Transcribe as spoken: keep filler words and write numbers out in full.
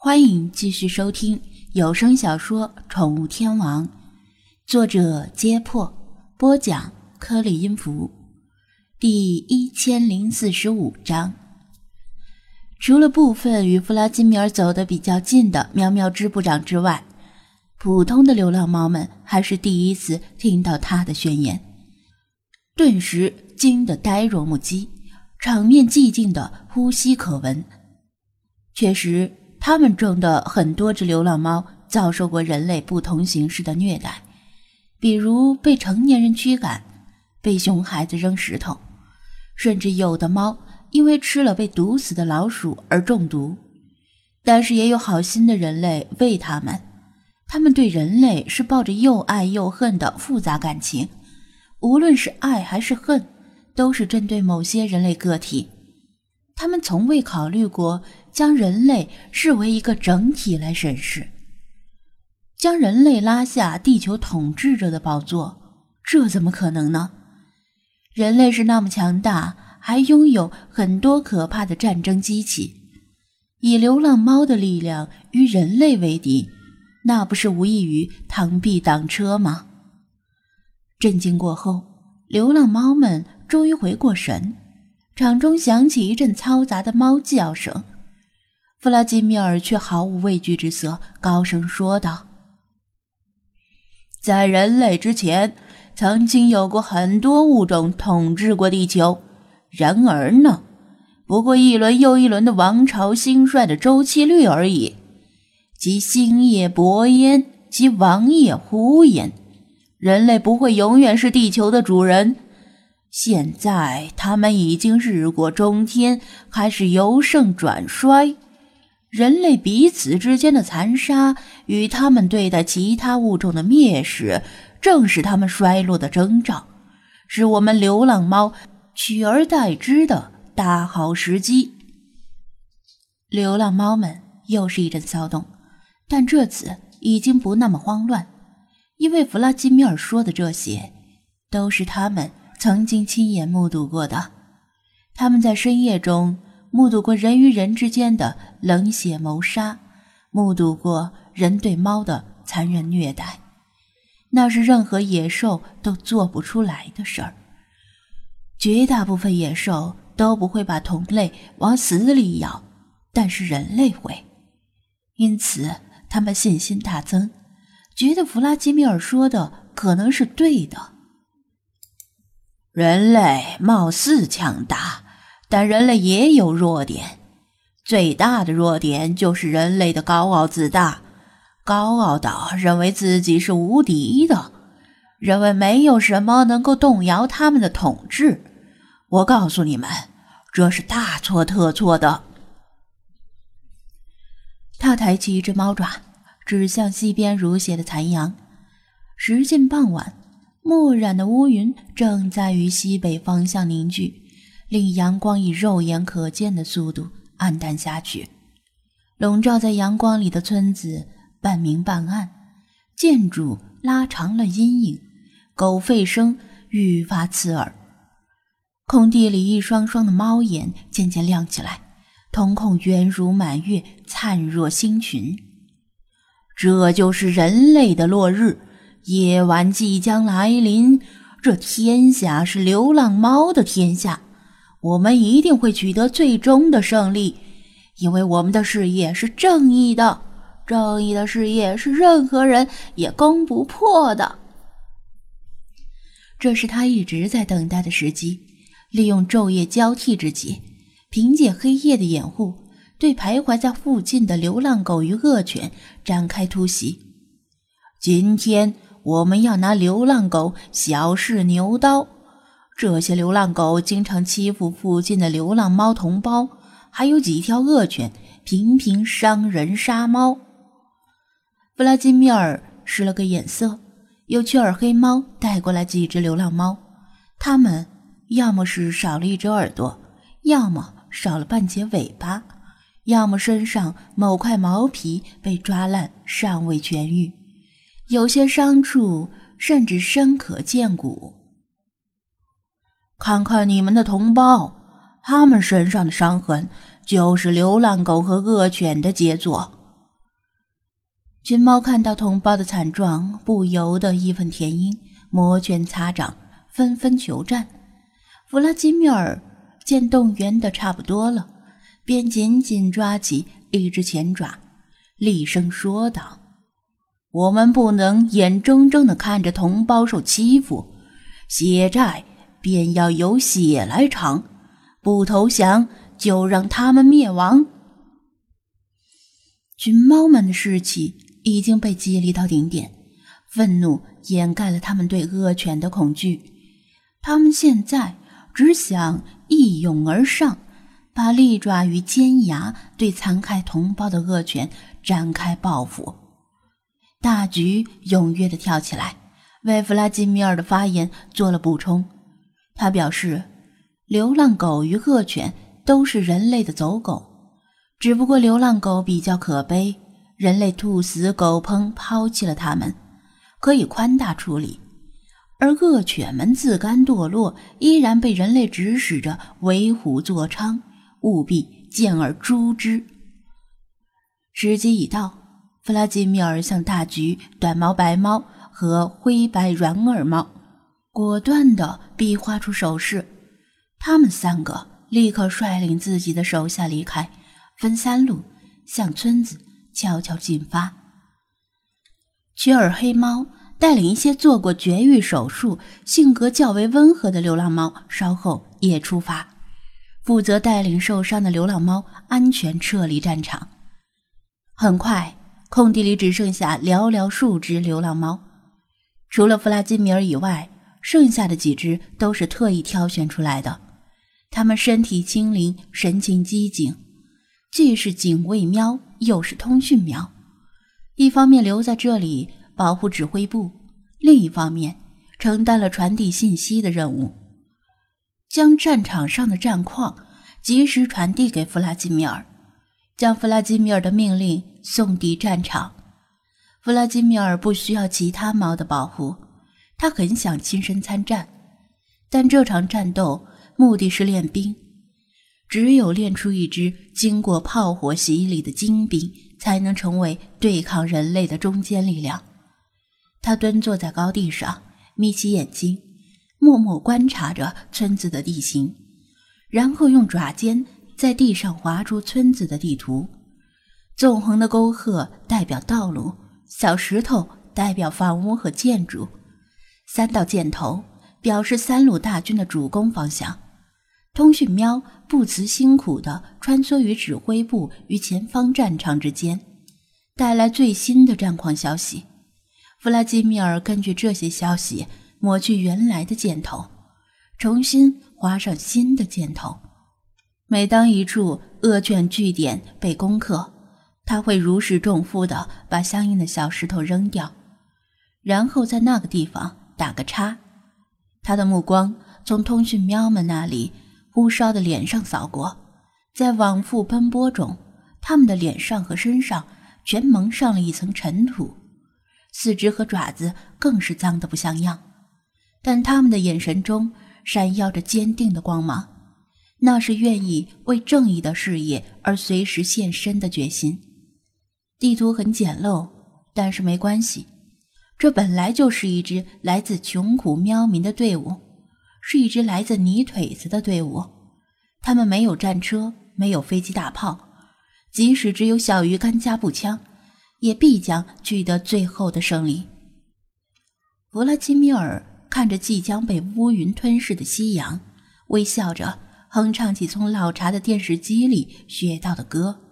欢迎继续收听有声小说《宠物天王》，作者揭破，播讲颗粒音符，第一千零四十五章。除了部分与弗拉基米尔走得比较近的喵喵支部长之外，普通的流浪猫们还是第一次听到他的宣言，顿时惊得呆若木鸡，场面寂静的呼吸可闻。确实，他们中的很多只流浪猫遭受过人类不同形式的虐待，比如被成年人驱赶，被熊孩子扔石头，甚至有的猫因为吃了被毒死的老鼠而中毒。但是也有好心的人类喂它们，他们对人类是抱着又爱又恨的复杂感情，无论是爱还是恨，都是针对某些人类个体。他们从未考虑过将人类视为一个整体来审视，将人类拉下地球统治者的宝座，这怎么可能呢？人类是那么强大，还拥有很多可怕的战争机器，以流浪猫的力量与人类为敌，那不是无异于螳臂挡车吗？震惊过后，流浪猫们终于回过神，场中响起一阵嘈杂的猫叫声。弗拉基米尔却毫无畏惧之色，高声说道：在人类之前，曾经有过很多物种统治过地球，然而呢，不过一轮又一轮的王朝兴衰的周期率而已，即兴业勃焉，即亡业忽焉。人类不会永远是地球的主人，现在他们已经日过中天，开始由盛转衰。人类彼此之间的残杀与他们对待其他物种的蔑视，正是他们衰落的征兆，是我们流浪猫取而代之的大好时机。流浪猫们又是一阵骚动，但这次已经不那么慌乱，因为弗拉基米尔说的这些都是他们曾经亲眼目睹过的。他们在深夜中目睹过人与人之间的冷血谋杀，目睹过人对猫的残忍虐待，那是任何野兽都做不出来的事儿。绝大部分野兽都不会把同类往死里咬，但是人类会，因此他们信心大增，觉得弗拉基米尔说的可能是对的。人类貌似强大，但人类也有弱点，最大的弱点就是人类的高傲自大，高傲到认为自己是无敌的，认为没有什么能够动摇他们的统治。我告诉你们，这是大错特错的。他抬起一只猫爪，指向西边如血的残阳。时近傍晚，墨染的乌云正在于西北方向凝聚，令阳光以肉眼可见的速度暗淡下去。笼罩在阳光里的村子半明半暗，建筑拉长了阴影，狗吠声愈发刺耳。空地里一双双的猫眼渐渐亮起来，瞳孔圆如满月，灿若星群。这就是人类的落日，夜晚即将来临，这天下是流浪猫的天下，我们一定会取得最终的胜利，因为我们的事业是正义的，正义的事业是任何人也攻不破的。这是他一直在等待的时机，利用昼夜交替之际，凭借黑夜的掩护，对徘徊在附近的流浪狗与恶犬展开突袭。今天我们要拿流浪狗小试牛刀，这些流浪狗经常欺负附近的流浪猫同胞，还有几条恶犬频频伤人杀猫。弗拉基米尔使了个眼色，有雀儿黑猫带过来几只流浪猫，它们要么是少了一只耳朵，要么少了半截尾巴，要么身上某块毛皮被抓烂尚未痊愈，有些伤处甚至深可见骨。看看你们的同胞，他们身上的伤痕就是流浪狗和恶犬的杰作。 群猫看到同胞的惨状，不由得义愤填膺，摩拳擦掌，纷纷求战。弗拉基米尔见动员的差不多了，便紧紧抓起一只前爪，厉声说道：我们不能眼睁睁地看着同胞受欺负，血债便要由血来偿，不投降就让他们灭亡。群猫们的士气已经被激励到顶点，愤怒掩盖了他们对恶犬的恐惧。他们现在只想一涌而上，把利爪与尖牙对残害同胞的恶犬展开报复。大橘踊跃地跳起来，为弗拉基米尔的发言做了补充。他表示，流浪狗与恶犬都是人类的走狗，只不过流浪狗比较可悲，人类兔死狗烹抛弃了它们，可以宽大处理，而恶犬们自甘堕落，依然被人类指使着为虎作伥，务必见而诛之。时机已到，弗拉基米尔向大橘、短毛白猫和灰白软耳猫果断地比划出手势，他们三个立刻率领自己的手下离开，分三路向村子悄悄进发。缺耳黑猫带领一些做过绝育手术、性格较为温和的流浪猫稍后也出发，负责带领受伤的流浪猫安全撤离战场。很快，空地里只剩下寥寥数只流浪猫，除了弗拉基米尔以外，剩下的几只都是特意挑选出来的。它们身体轻灵，神情机警，既是警卫喵，又是通讯喵。一方面留在这里保护指挥部，另一方面承担了传递信息的任务，将战场上的战况及时传递给弗拉基米尔，将弗拉基米尔的命令送抵战场。弗拉基米尔不需要其他猫的保护，他很想亲身参战，但这场战斗目的是练兵，只有练出一支经过炮火洗礼的精兵，才能成为对抗人类的中坚力量。他蹲坐在高地上，眯起眼睛，默默观察着村子的地形，然后用爪尖在地上划出村子的地图。纵横的沟壑代表道路，小石头代表房屋和建筑，三道箭头表示三路大军的主攻方向。通讯喵不辞辛苦地穿梭于指挥部与前方战场之间，带来最新的战况消息。弗拉基米尔根据这些消息抹去原来的箭头，重新划上新的箭头。每当一处恶犬据点被攻克，他会如释重负地把相应的小石头扔掉，然后在那个地方打个叉。他的目光从通讯喵们那里呼烧的脸上扫过，在往复奔波中，他们的脸上和身上全蒙上了一层尘土，四肢和爪子更是脏得不像样，但他们的眼神中闪耀着坚定的光芒，那是愿意为正义的事业而随时献身的决心。地图很简陋，但是没关系，这本来就是一支来自穷苦喵民的队伍，是一支来自泥腿子的队伍。他们没有战车，没有飞机大炮，即使只有小鱼干加步枪，也必将取得最后的胜利。弗拉基米尔看着即将被乌云吞噬的夕阳，微笑着哼唱起从老茶的电视机里学到的歌。